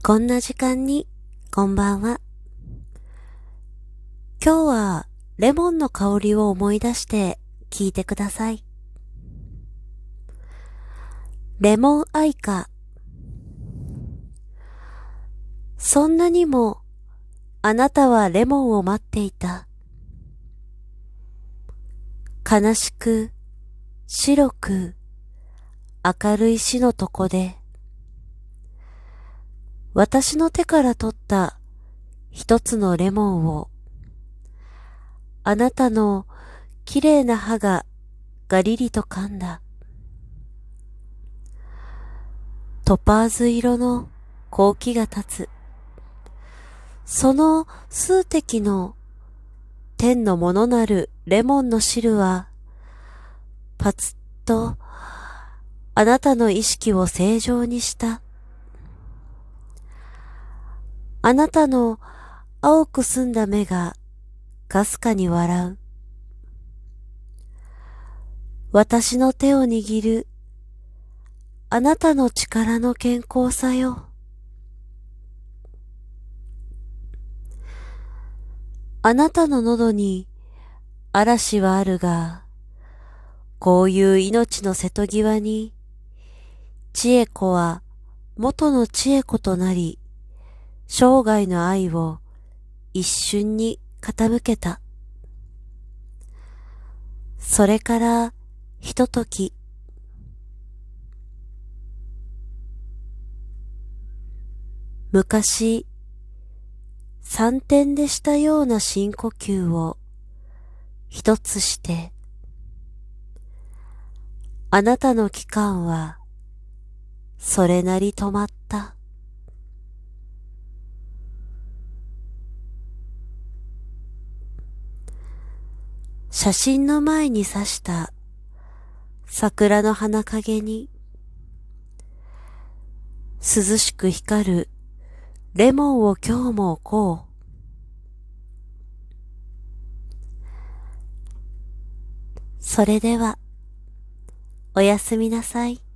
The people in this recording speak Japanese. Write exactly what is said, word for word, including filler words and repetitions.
こんな時間に、こんばんは。今日はレモンの香りを思い出して聞いてください。レモン愛花。そんなにもあなたはレモンを待っていた。悲しく、白く、明るい死のとこで、私の手から取った一つのレモンを、あなたの綺麗な歯がガリリと噛んだ。トパーズ色の香気が立つ。その数滴の天のものなるレモンの汁は、パツッとあなたの意識を正常にした。あなたの青く澄んだ目がかすかに笑う。私の手を握るあなたの力の健康さよ。あなたの喉に嵐はあるが、こういう命の瀬戸際に、千恵子は元の千恵子となり、生涯の愛を一瞬に傾けた。それからひととき、昔、三点でしたような深呼吸を一つして、あなたの期間はそれなり止まった。写真の前に刺した桜の花陰に涼しく光るレモンを今日も置こう。それではおやすみなさい。